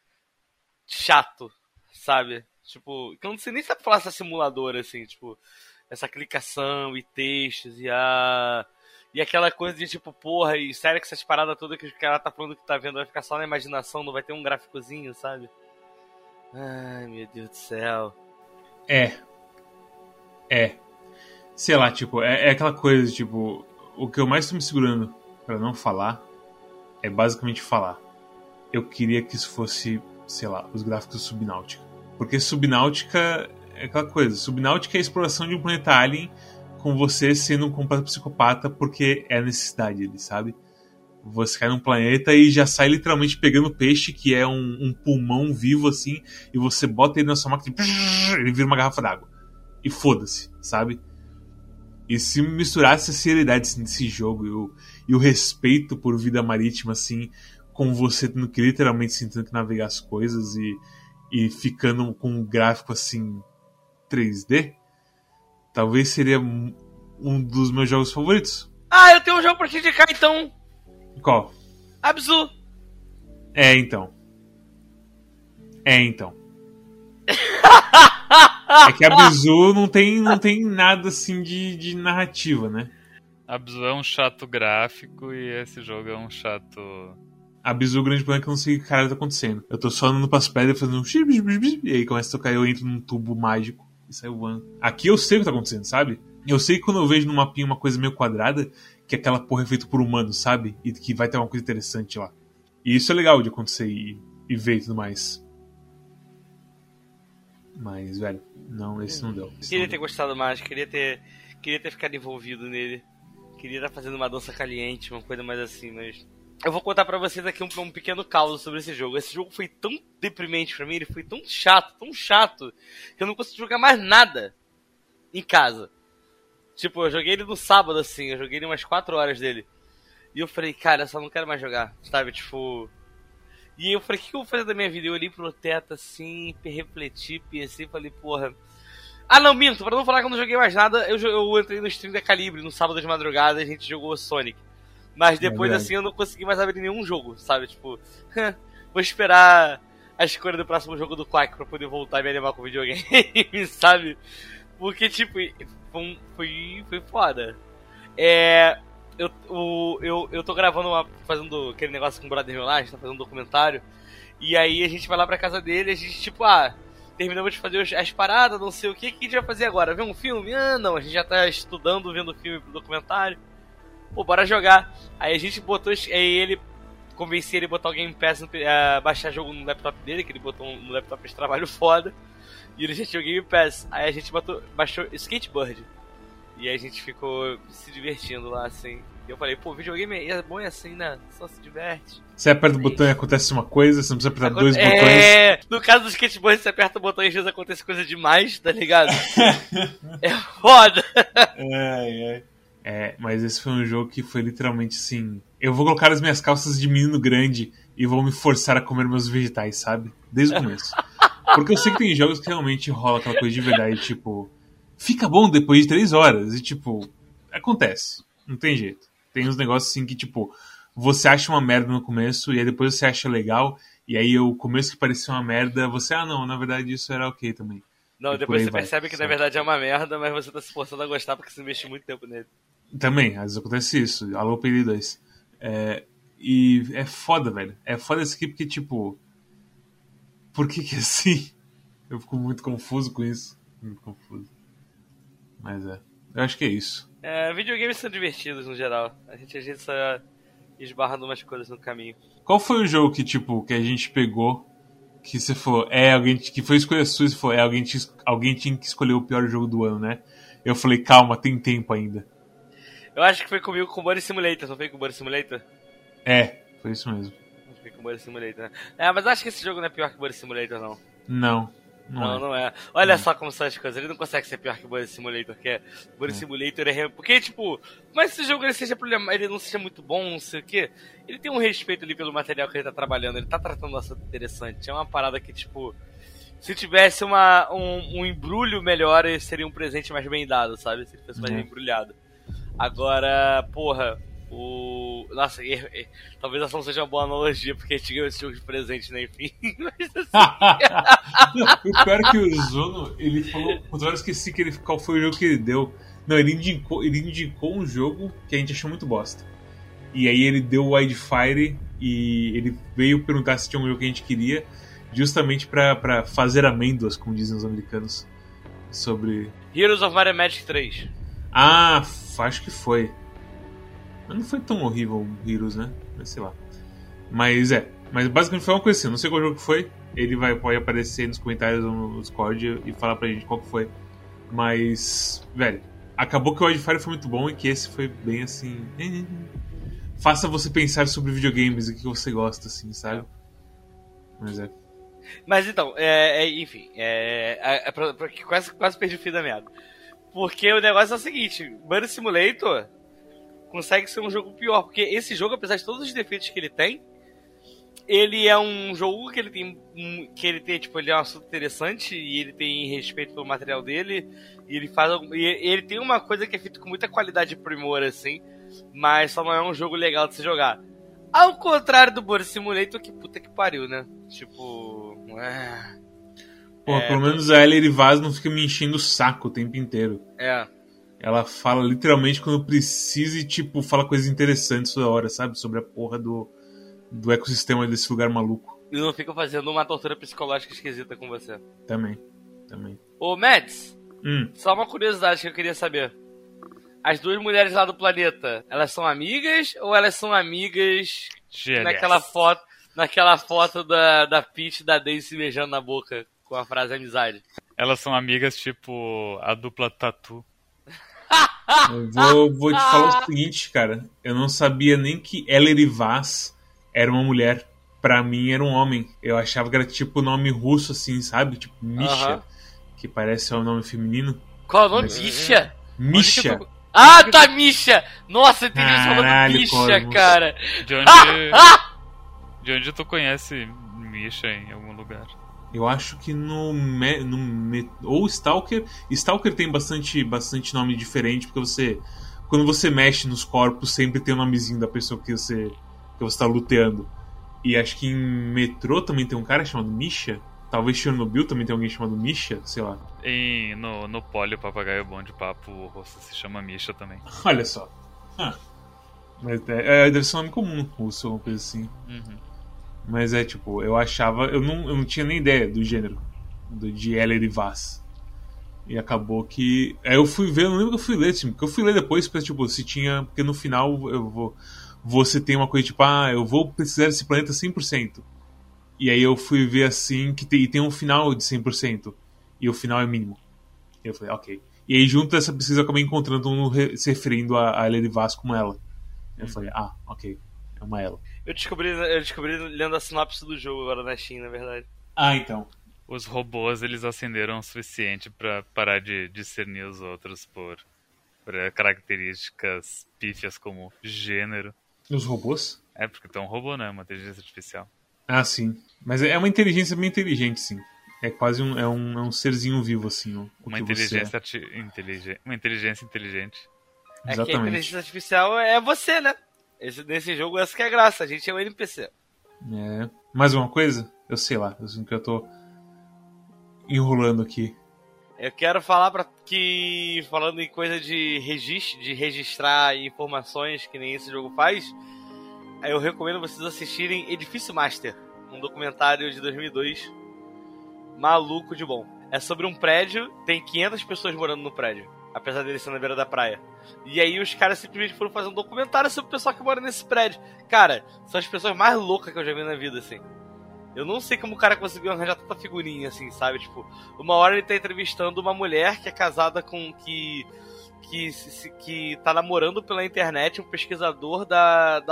chato, sabe? Tipo, que eu não sei nem se falar essa simulador, assim, tipo, essa clicação e textos e aquela coisa de tipo, porra, e sério que essas paradas todas que o cara tá falando que tá vendo vai ficar só na imaginação, não vai ter um gráficozinho, sabe? Ai, meu Deus do céu. Sei lá, tipo, é aquela coisa, tipo, o que eu mais tô me segurando pra não falar é basicamente falar. Eu queria que isso fosse, sei lá, os gráficos do Subnáutica. Porque Subnáutica é aquela coisa, Subnáutica é a exploração de um planeta alien com você sendo um completo psicopata porque é a necessidade dele, sabe? Você cai num planeta e já sai literalmente pegando peixe, que é um pulmão vivo, assim, e você bota ele na sua máquina e ele vira uma garrafa d'água. E foda-se, sabe? E se misturasse a seriedade assim, desse jogo e o respeito por vida marítima, assim, com você tendo que literalmente tendo que navegar as coisas e ficando com um gráfico, assim, 3D, talvez seria um dos meus jogos favoritos. Eu tenho um jogo pra te indicar, então. Qual? Abzu. Então. É que a Abzu não tem nada assim de narrativa, né? Abzu é um chato gráfico e esse jogo é um chato... A Abzu, o grande problema é que eu não sei o que caralho tá acontecendo. Eu tô só andando pras pedras fazendo e aí começa a tocar, eu entro num tubo mágico e saio voando. Aqui eu sei o que tá acontecendo, sabe? Eu sei que quando eu vejo no mapinha uma coisa meio quadrada, que aquela porra é feita por humanos, sabe? E que vai ter uma coisa interessante lá. E isso é legal de acontecer e ver e tudo mais. Mas, velho, não, esse não deu. Queria ter gostado mais, queria ter ficado envolvido nele. Queria estar fazendo uma dança caliente, uma coisa mais assim, mas... Eu vou contar pra vocês aqui um pequeno caos sobre esse jogo. Esse jogo foi tão deprimente pra mim, ele foi tão chato, que eu não consegui jogar mais nada em casa. Tipo, eu joguei ele no sábado, assim, eu joguei ele umas 4 horas dele. E eu falei, cara, eu só não quero mais jogar, sabe? Tipo... E eu falei, o que eu vou fazer da minha vida? Eu olhei pro teto assim, refleti, pensei, falei, porra... Ah, não, minto, pra não falar que eu não joguei mais nada, eu entrei no stream da Calibre no sábado de madrugada e a gente jogou Sonic. Mas depois, assim, eu não consegui mais abrir nenhum jogo, sabe? Tipo, vou esperar a escolha do próximo jogo do Quack pra poder voltar e me animar com o videogame, sabe? Porque, tipo, foi foda. Eu tô gravando fazendo aquele negócio com o brother meu lá, a gente tá fazendo um documentário. E aí a gente vai lá pra casa dele e a gente, tipo, terminamos de fazer as paradas, não sei o que a gente vai fazer agora? Ver um filme? Ah, não, a gente já tá estudando, vendo filme pro documentário. Pô, bora jogar. Aí a gente botou, aí convenci ele a botar o Game Pass, baixar jogo no laptop dele, que ele botou no laptop de trabalho foda. E ele já tinha o Game Pass. Aí a gente baixou Skatebird. E aí a gente ficou se divertindo lá, assim. E eu falei, pô, videogame é bom assim, né? Só se diverte. Você aperta o botão e acontece uma coisa, você não precisa apertar dois botões. No caso do skateboard, você aperta o botão e às vezes acontece coisa demais, tá ligado? É foda. Mas esse foi um jogo que foi literalmente assim... Eu vou colocar as minhas calças de menino grande e vou me forçar a comer meus vegetais, sabe? Desde o começo. Porque eu sei que tem jogos que realmente rola aquela coisa de verdade, tipo... Fica bom depois de 3 horas. E, tipo, acontece. Não tem jeito. Tem uns negócios assim que, tipo, você acha uma merda no começo e aí depois você acha legal. E aí o começo que parecia uma merda, você, não, na verdade isso era ok também. Não, depois você percebe que na verdade é uma merda, mas você tá se forçando a gostar porque você investiu muito tempo nele. Também, às vezes acontece isso. Alô, PD2. E é foda, velho. É foda esse aqui porque, tipo... Por que que é assim? Eu fico muito confuso com isso. Muito confuso. Mas eu acho que é isso. Videogames são divertidos no geral. A gente só esbarra em umas coisas no caminho. Qual foi o jogo que, tipo, que a gente pegou, que você falou, alguém que foi escolha sua e você falou, alguém tinha que escolher o pior jogo do ano, né? Eu falei, calma, tem tempo ainda. Eu acho que foi comigo com o Buddy Simulator, não foi com o Buddy Simulator? Foi isso mesmo. Foi com o Buddy Simulator, né? Mas acho que esse jogo não é pior que o Buddy Simulator, não. Não é. Olha só como são as coisas. Ele não consegue ser pior que o Buddy Simulator, porque o Buddy Simulator porque, tipo, mas se o jogo ele não seja muito bom, não sei o que, ele tem um respeito ali pelo material que ele tá trabalhando, ele tá tratando um assunto interessante. É uma parada que, tipo, se tivesse um embrulho melhor, seria um presente mais bem dado, sabe? Se ele fosse mais bem embrulhado. Agora, porra, nossa, talvez essa não seja uma boa analogia, porque a gente ganhou esse jogo de presente, né? Enfim. Mas assim... O pior é que o Zono, ele falou. Eu esqueci qual foi o jogo que ele deu. Não, ele indicou um jogo que a gente achou muito bosta. E aí ele deu o Wildfire e ele veio perguntar se tinha um jogo que a gente queria, justamente pra fazer amêndoas, como dizem os americanos. Sobre. Heroes of Might and Magic 3. Acho que foi. Mas não foi tão horrível o Heroes, né? Mas sei lá. Mas basicamente foi uma coisa assim. Não sei qual jogo que foi. Ele pode aparecer nos comentários ou no Discord e falar pra gente qual que foi. Mas, velho, acabou que o Wildfire foi muito bom e que esse foi bem assim. Faça você pensar sobre videogames e o que você gosta, assim, sabe? Mas então, enfim, quase perdi o fio da meada. Porque o negócio é o seguinte: Buddy Simulator consegue ser um jogo pior, porque esse jogo, apesar de todos os defeitos que ele tem, ele é um jogo que ele tem tipo, ele é um assunto interessante e ele tem respeito pelo material dele e ele tem uma coisa que é feita com muita qualidade e primor, assim, mas só não é um jogo legal de se jogar. Ao contrário do Buddy Simulator, que puta que pariu, né? Tipo... pelo menos a Ellie Vaz não fica me enchendo o saco o tempo inteiro. Ela fala literalmente quando precisa e, tipo, fala coisas interessantes toda hora, sabe? Sobre a porra do ecossistema desse lugar maluco. E não fica fazendo uma tortura psicológica esquisita com você. Também. Ô, Mads, só uma curiosidade que eu queria saber. As duas mulheres lá do planeta, elas são amigas ou elas são amigas naquela foto da Peach e da Daisy se beijando na boca com a frase amizade? Elas são amigas tipo a dupla Tatu. Eu vou te falar o seguinte, cara. Eu não sabia nem que Ellery Vaz era uma mulher. Pra mim era um homem. Eu achava que era tipo nome russo, assim, sabe? Tipo Misha, que parece um nome feminino. Qual é o nome? Misha? Misha. Ah, da Misha! Nossa, entendi você falando Caralho, Misha, Cosmos. cara. De onde tu conhece Misha em algum lugar? Eu acho que ou Stalker. Stalker tem bastante nome diferente, porque quando você mexe nos corpos, sempre tem o nomezinho da pessoa que você tá luteando. E acho que em Metrô também tem um cara chamado Misha. Talvez Chernobyl também tem alguém chamado Misha, sei lá. No Poli, o papagaio bom de papo, o rosto se chama Misha também. Olha só. Mas deve ser um nome comum, russo, alguma coisa assim. Uhum. Mas tipo, eu achava. Eu não tinha nem ideia do gênero de Ellie Vaz. E acabou que. Aí eu fui ver, eu não lembro que eu fui ler, tipo, porque eu fui ler depois pra, tipo, se tinha. Porque no final você tem uma coisa tipo, eu vou precisar desse planeta 100%. E aí eu fui ver assim que tem um final de 100%. E o final é mínimo. E eu falei, ok. E aí junto dessa pesquisa eu acabei encontrando se referindo a Ellie Vaz como ela. E eu falei, ok. É uma ela. Eu descobri lendo a sinopse do jogo agora na Steam, na verdade. Então. Os robôs, eles acenderam o suficiente pra parar de discernir os outros por características pífias como gênero. Os robôs? É, porque tu é um robô, né? Uma inteligência artificial. Sim. Mas é uma inteligência bem inteligente, sim. É quase um serzinho vivo, assim. Uma inteligência inteligente. É que a inteligência artificial é você, né? Nesse jogo, essa que é a graça. A gente é um NPC. Mais uma coisa? Eu sei lá. Eu sinto que eu tô enrolando aqui. Eu quero falar falando em coisa de registrar informações que nem esse jogo faz, eu recomendo vocês assistirem Edifício Master, um documentário de 2002, maluco de bom. É sobre um prédio, tem 500 pessoas morando no prédio, apesar dele ser na beira da praia. E aí os caras simplesmente foram fazer um documentário sobre o pessoal que mora nesse prédio. Cara, são as pessoas mais loucas que eu já vi na vida, assim. Eu não sei como o cara conseguiu arranjar tanta figurinha, assim, sabe? Tipo, uma hora ele tá entrevistando uma mulher que é casada com... que tá namorando pela internet um pesquisador da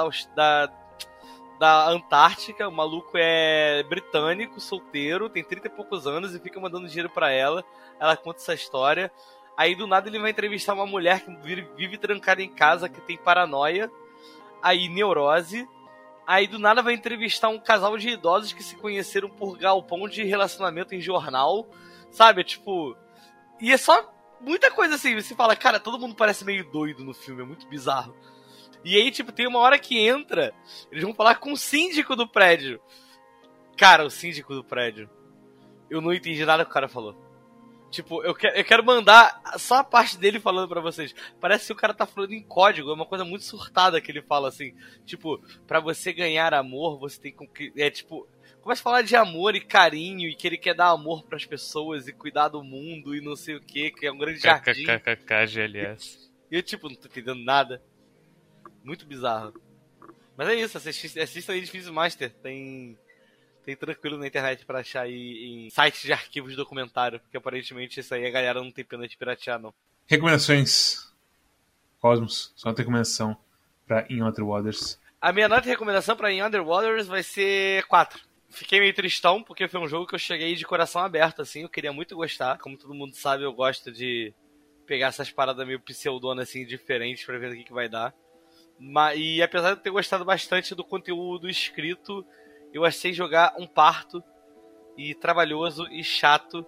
Antártica. O maluco é britânico, solteiro, tem 30 e poucos anos e fica mandando dinheiro pra ela. Ela conta essa história. Aí do nada ele vai entrevistar uma mulher que vive trancada em casa, que tem paranoia, aí neurose. Aí do nada vai entrevistar um casal de idosos que se conheceram por galpão de relacionamento em jornal, sabe? Tipo, e é só muita coisa assim. Você fala, cara, todo mundo parece meio doido no filme, é muito bizarro. E aí, tipo, tem uma hora que entra, eles vão falar com o síndico do prédio. Cara, o síndico do prédio, eu não entendi nada que o cara falou. Tipo, eu quero mandar só a parte dele falando pra vocês. Parece que o cara tá falando em código. É uma coisa muito surtada que ele fala assim. Tipo, pra você ganhar amor, você tem que... tipo... Começa a falar de amor e carinho. E que ele quer dar amor pras pessoas e cuidar do mundo e não sei o que é um grande jardim. KKKKGLS. E eu, tipo, não tô entendendo nada. Muito bizarro. Mas é isso, assista aí Edifício Master. Tem tranquilo na internet pra achar aí em sites de arquivos de documentário, porque aparentemente isso aí a galera não tem pena de piratear, não. Recomendações. Cosmos, só uma recomendação pra In Other Waters. A minha nota de recomendação pra In Other Waters vai ser 4. Fiquei meio tristão, porque foi um jogo que eu cheguei de coração aberto, assim, eu queria muito gostar. Como todo mundo sabe, eu gosto de pegar essas paradas meio pseudonas, assim, diferentes pra ver o que vai dar. E apesar de eu ter gostado bastante do conteúdo escrito, eu achei jogar um parto e trabalhoso e chato,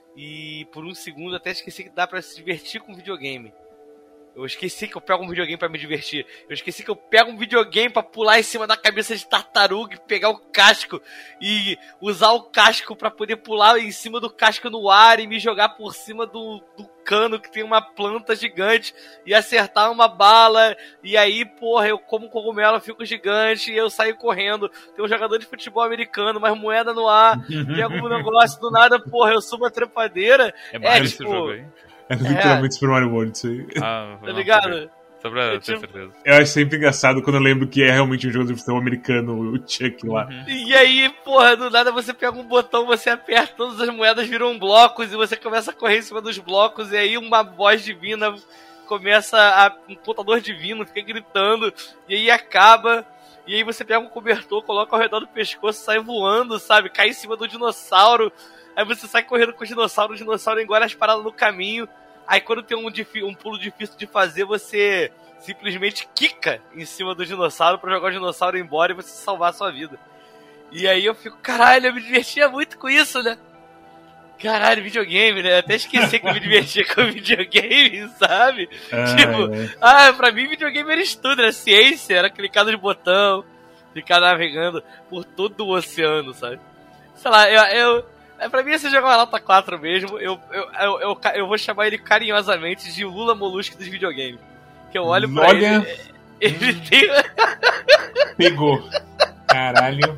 e por um segundo até esqueci que dá pra se divertir com videogame. Eu esqueci que eu pego um videogame pra me divertir. Eu esqueci que eu pego um videogame pra pular em cima da cabeça de tartaruga e pegar o casco e usar o casco pra poder pular em cima do casco no ar e me jogar por cima do cano que tem uma planta gigante e acertar uma bala. E aí, porra, eu como cogumelo, fico gigante e eu saio correndo. Tem um jogador de futebol americano, mas moeda no ar. Pego um negócio do nada, porra, eu subo a trepadeira. É Mario tipo, esse jogo aí? É literalmente Super Mario World isso aí. Tá ligado? Só pra ter certeza. Eu acho sempre engraçado quando eu lembro que é realmente um jogo de futebol americano, o Chuck lá. E aí, porra, do nada você pega um botão, você aperta, todas as moedas viram blocos e você começa a correr em cima dos blocos e aí uma voz divina começa um contador divino fica gritando e aí acaba. E aí você pega um cobertor, coloca ao redor do pescoço, sai voando, sabe? Cai em cima do dinossauro. Aí você sai correndo com o dinossauro engole as paradas no caminho. Aí quando tem um pulo difícil de fazer, você simplesmente quica em cima do dinossauro pra jogar o dinossauro embora e você salvar a sua vida. E aí eu fico, caralho, eu me divertia muito com isso, né? Caralho, videogame, né? Até esqueci que eu me divertia com videogame, sabe? Pra mim videogame era estudo, era ciência, era clicar no botão, ficar navegando por todo o oceano, sabe? Sei lá, pra mim esse jogo é uma nota 4 mesmo, eu vou chamar ele carinhosamente de Lula Molusco dos videogames. Que eu olho pra ele tem... Pegou. Caralho.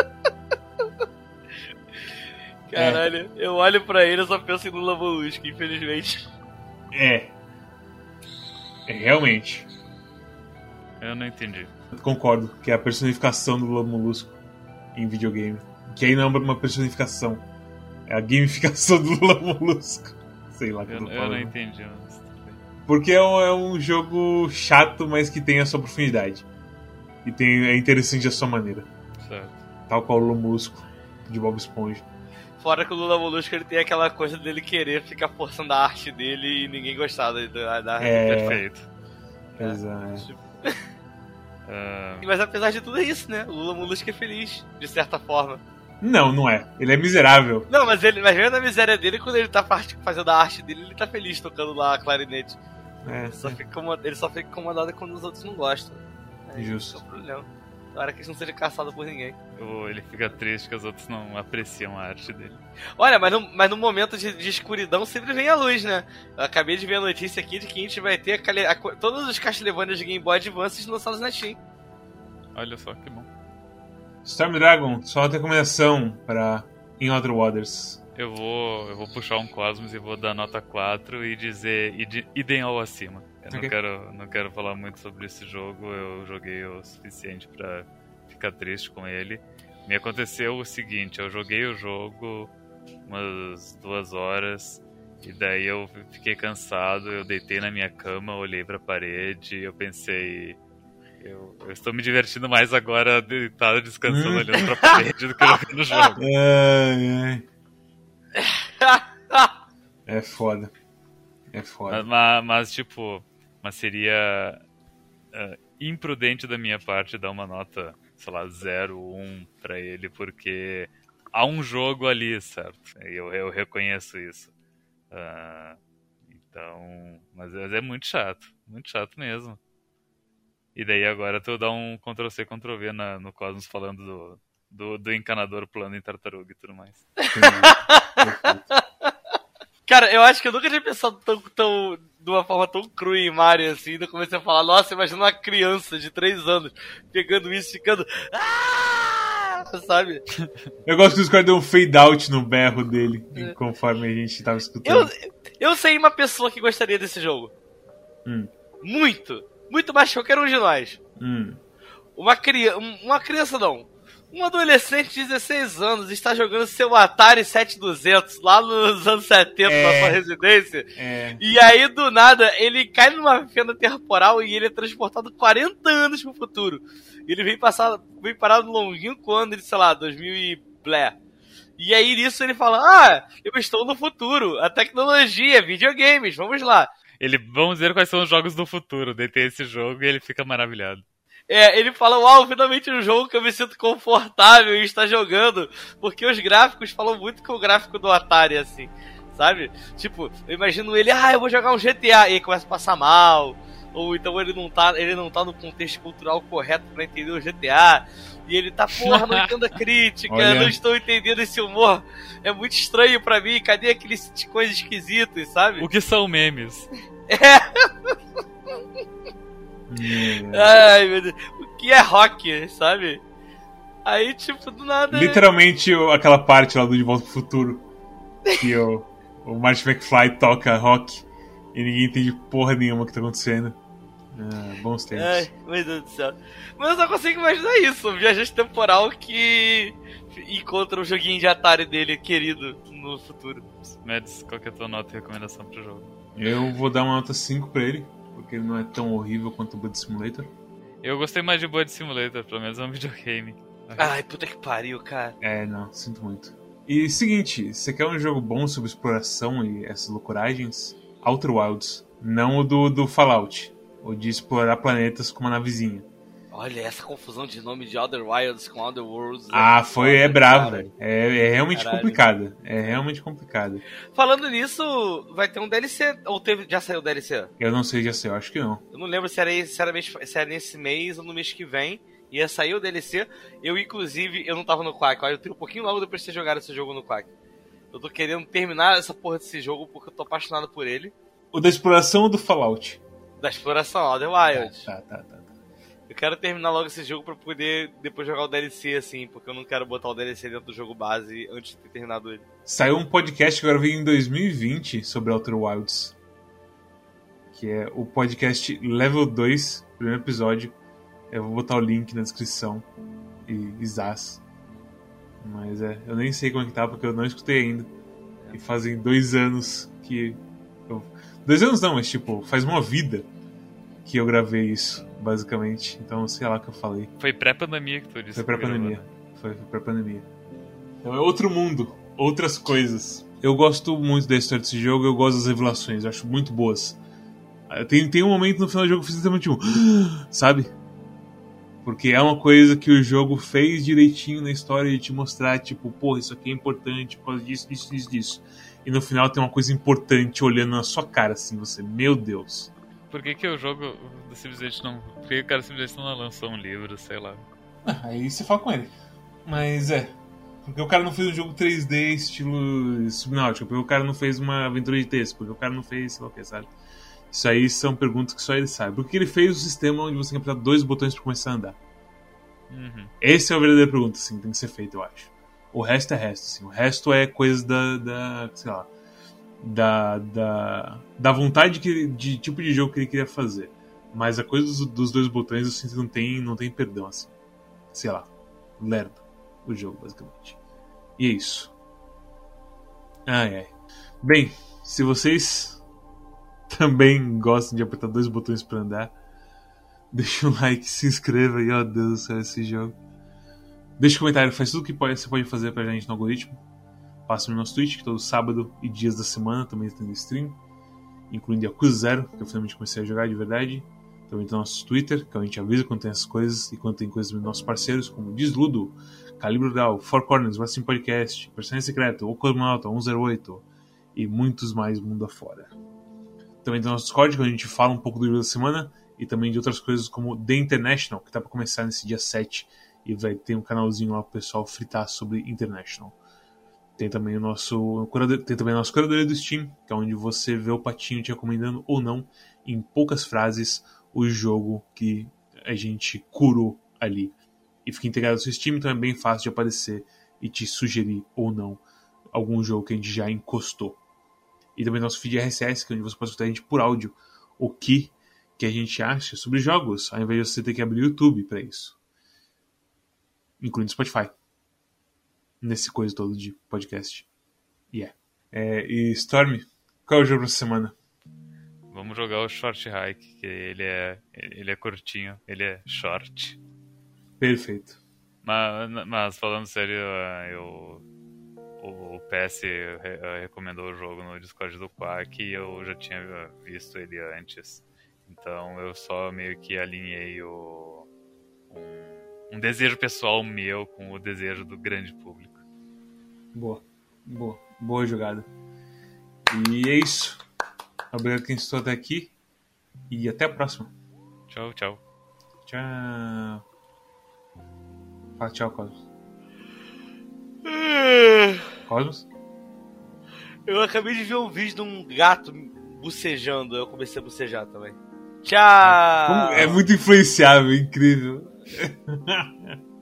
Caralho, eu olho pra ele e só penso em Lula Molusco, infelizmente. Realmente. Eu não entendi. Eu concordo, que é a personificação do Lula Molusco em videogame. Que aí não é uma personificação. É a gamificação do Lula Molusco. Sei lá o que eu tô falando. Eu não entendi, mas tudo bem. Porque é um jogo chato, mas que tem a sua profundidade. E é interessante a sua maneira. Certo. Tal qual o Lula Molusco de Bob Esponja. Fora que o Lula Molusco ele tem aquela coisa dele querer ficar forçando a arte dele e ninguém gostar da arte. Perfeito. Exato. Mas apesar de tudo é isso, né? O Lula Molusco é feliz, de certa forma. Não é. Ele é miserável. Não, mas vendo a miséria dele, quando ele tá fazendo a arte dele, ele tá feliz tocando lá a clarinete. Ele só fica incomodado quando os outros não gostam. Justo. Esse é o problema. Na hora que ele não seja caçado por ninguém. Ele fica triste que os outros não apreciam a arte dele. Olha, mas no momento de escuridão sempre vem a luz, né? Eu acabei de ver a notícia aqui de que a gente vai ter todos os Castlevania de Game Boy Advance lançados na Steam. Olha só que bom. Storm Dragon, só recomendação para In Other Waters. Eu vou puxar um Cosmos e vou dar nota 4 e dizer idem ao acima. Eu não quero falar muito sobre esse jogo, eu joguei o suficiente pra ficar triste com ele. Me aconteceu o seguinte, eu joguei o jogo umas 2 horas e daí eu fiquei cansado, eu deitei na minha cama, olhei pra parede e eu pensei... Eu estou me divertindo mais agora deitado, descansando, olhando pra parede do que jogando o jogo. É foda. Mas seria imprudente da minha parte dar uma nota, sei lá, 0, 1 pra ele, porque há um jogo ali, certo? Eu reconheço isso. Então, mas é muito chato mesmo. E daí agora tu dá um Ctrl-C, Ctrl-V no Cosmos falando do encanador pulando em tartaruga e tudo mais. Cara, eu acho que eu nunca tinha pensado de uma forma tão crua em Mario assim. Ainda comecei a falar, nossa, imagina uma criança de 3 anos pegando isso e ficando... sabe? Eu gosto que os caras dão um fade out no berro dele, conforme a gente tava escutando. Eu sei uma pessoa que gostaria desse jogo. Muito mais que qualquer um de nós. Uma criança não. Um adolescente de 16 anos está jogando seu Atari 7200 lá nos anos 70 na sua residência. E aí, do nada, ele cai numa fenda temporal e ele é transportado 40 anos pro futuro. Ele vem parar no longínquo ano de, sei lá, 2000 e blé. E aí, nisso, ele fala, eu estou no futuro. A tecnologia, videogames, vamos lá. Vamos ver quais são os jogos do futuro. Daí tem esse jogo e ele fica maravilhado. Ele fala, uau, finalmente um jogo que eu me sinto confortável em estar jogando, porque os gráficos falam muito com o gráfico do Atari, assim, sabe? Tipo, eu imagino ele, eu vou jogar um GTA, e aí começa a passar mal, ou então ele não tá no contexto cultural correto pra entender o GTA, e ele tá, porra, não entendo a crítica, não estou entendendo esse humor, é muito estranho pra mim, cadê aqueles coisas esquisitas, sabe? O que são memes? Ai, meu Deus. O que é rock, sabe? Aí, tipo, do nada... Literalmente aquela parte lá do De Volta pro Futuro, que o Marty McFly toca rock e ninguém entende porra nenhuma que tá acontecendo. Bons tempos. Ai, meu Deus do céu. Mas eu só consigo imaginar isso, um viajante temporal que encontra um joguinho de Atari dele querido no futuro. Mads, qual que é a tua nota e recomendação pro jogo? Eu vou dar uma nota 5 pra ele, porque ele não é tão horrível quanto o Bud Simulator. Eu gostei mais de Bud Simulator, pelo menos é um videogame. Ai, puta que pariu, cara. Não, sinto muito. E seguinte, você quer um jogo bom sobre exploração e essas loucuragens? Outer Wilds, não o do Fallout, o de explorar planetas com uma navezinha. Olha, essa confusão de nome de Outer Wilds com Outer Worlds. É bravo, velho. É realmente Caralho. complicado. É realmente complicado. Falando nisso, vai ter um DLC, ou já saiu o DLC? Eu não sei, já sei, eu acho que não. Eu não lembro se era nesse mês ou no mês que vem. Ia sair o DLC. Eu, inclusive, eu não tava no Quack. Eu tenho um pouquinho logo depois de ter jogado esse jogo no Quack. Eu tô querendo terminar essa porra desse jogo porque eu tô apaixonado por ele. O da exploração ou do Fallout? Da exploração, Outer Wilds. Tá. Eu quero terminar logo esse jogo pra poder depois jogar o DLC, assim, porque eu não quero botar o DLC dentro do jogo base antes de ter terminado ele. Saiu um podcast que agora veio em 2020 sobre Outer Wilds. Que é o podcast Level 2, primeiro episódio. Eu vou botar o link na descrição. E zaz. Mas eu nem sei como é que tá, porque eu não escutei ainda. E fazem 2 anos que... 2 anos não, mas tipo, faz uma vida que eu gravei isso, basicamente. Então, sei lá o que eu falei. Foi pré-pandemia que tu disse. Foi pré-pandemia. Foi pré-pandemia. Então é outro mundo, outras coisas. Eu gosto muito da história desse jogo, eu gosto das revelações, eu acho muito boas. Tem um momento no final do jogo que eu fiz exatamente sabe? Porque é uma coisa que o jogo fez direitinho na história de te mostrar, tipo, porra, isso aqui é importante por causa disso. E no final tem uma coisa importante olhando na sua cara, assim, você, meu Deus. Por que o jogo do Civilization não... Por que o cara do Civilization não lançou um livro, sei lá? Aí você fala com ele. Mas porque o cara não fez um jogo 3D estilo Subnautica, porque o cara não fez uma aventura de texto, porque o cara não fez, sei lá o que, sabe? Isso aí são perguntas que só ele sabe. Porque ele fez o sistema onde você tem que apertar 2 botões pra começar a andar. Uhum. Essa é a verdadeira pergunta, assim, que tem que ser feita, eu acho. O resto é resto, assim. O resto é coisa sei lá, da vontade de tipo de jogo que ele queria fazer. Mas a coisa dos 2 botões, eu sinto que não tem perdão, assim. Sei lá, lerdo o jogo, basicamente. E é isso. Ai. Bem, se vocês também gostam de apertar 2 botões pra andar, deixa um like, se inscreva e, ó Deus do céu, esse jogo. Deixa um comentário, faz tudo o que você pode fazer pra gente no algoritmo. Passa no nosso Twitch, que todo sábado e dias da semana também tem stream, incluindo Yakuza 0, que eu finalmente comecei a jogar de verdade. Também tem o nosso Twitter, que a gente avisa quando tem essas coisas, e quando tem coisas dos nossos parceiros, como Desludo, Calibre Rural, Four Corners, Wrestling Podcast, Personagem Secreto, O Cosmonauta 108 e muitos mais mundo afora. Também tem o nosso Discord, que a gente fala um pouco do jogo da semana e também de outras coisas como The International, que tá pra começar nesse dia 7 e vai ter um canalzinho lá pro pessoal fritar sobre International. Tem também o nosso curadoria do Steam, que é onde você vê o Patinho te recomendando ou não, em poucas frases, o jogo que a gente curou ali. E fica integrado no seu Steam, então é bem fácil de aparecer e te sugerir ou não algum jogo que a gente já encostou. E também nosso feed RSS, que é onde você pode escutar a gente por áudio o que a gente acha sobre jogos, ao invés de você ter que abrir o YouTube para isso. Incluindo Spotify. Nesse coisa todo de podcast. E Storm, qual é o jogo da semana? Vamos jogar o Short Hike, que ele é curtinho, ele é short. Perfeito. Mas falando sério, o PS recomendou o jogo no Discord do Quack e eu já tinha visto ele antes. Então eu só meio que alinhei um desejo pessoal meu com o desejo do grande público. Boa jogada. E é isso. Obrigado a quem estou até aqui. E até a próxima. Tchau. Tchau. Fala tchau, Cosmos. Cosmos? Eu acabei de ver um vídeo de um gato bocejando. Eu comecei a bocejar também. Tchau! É muito influenciável, incrível.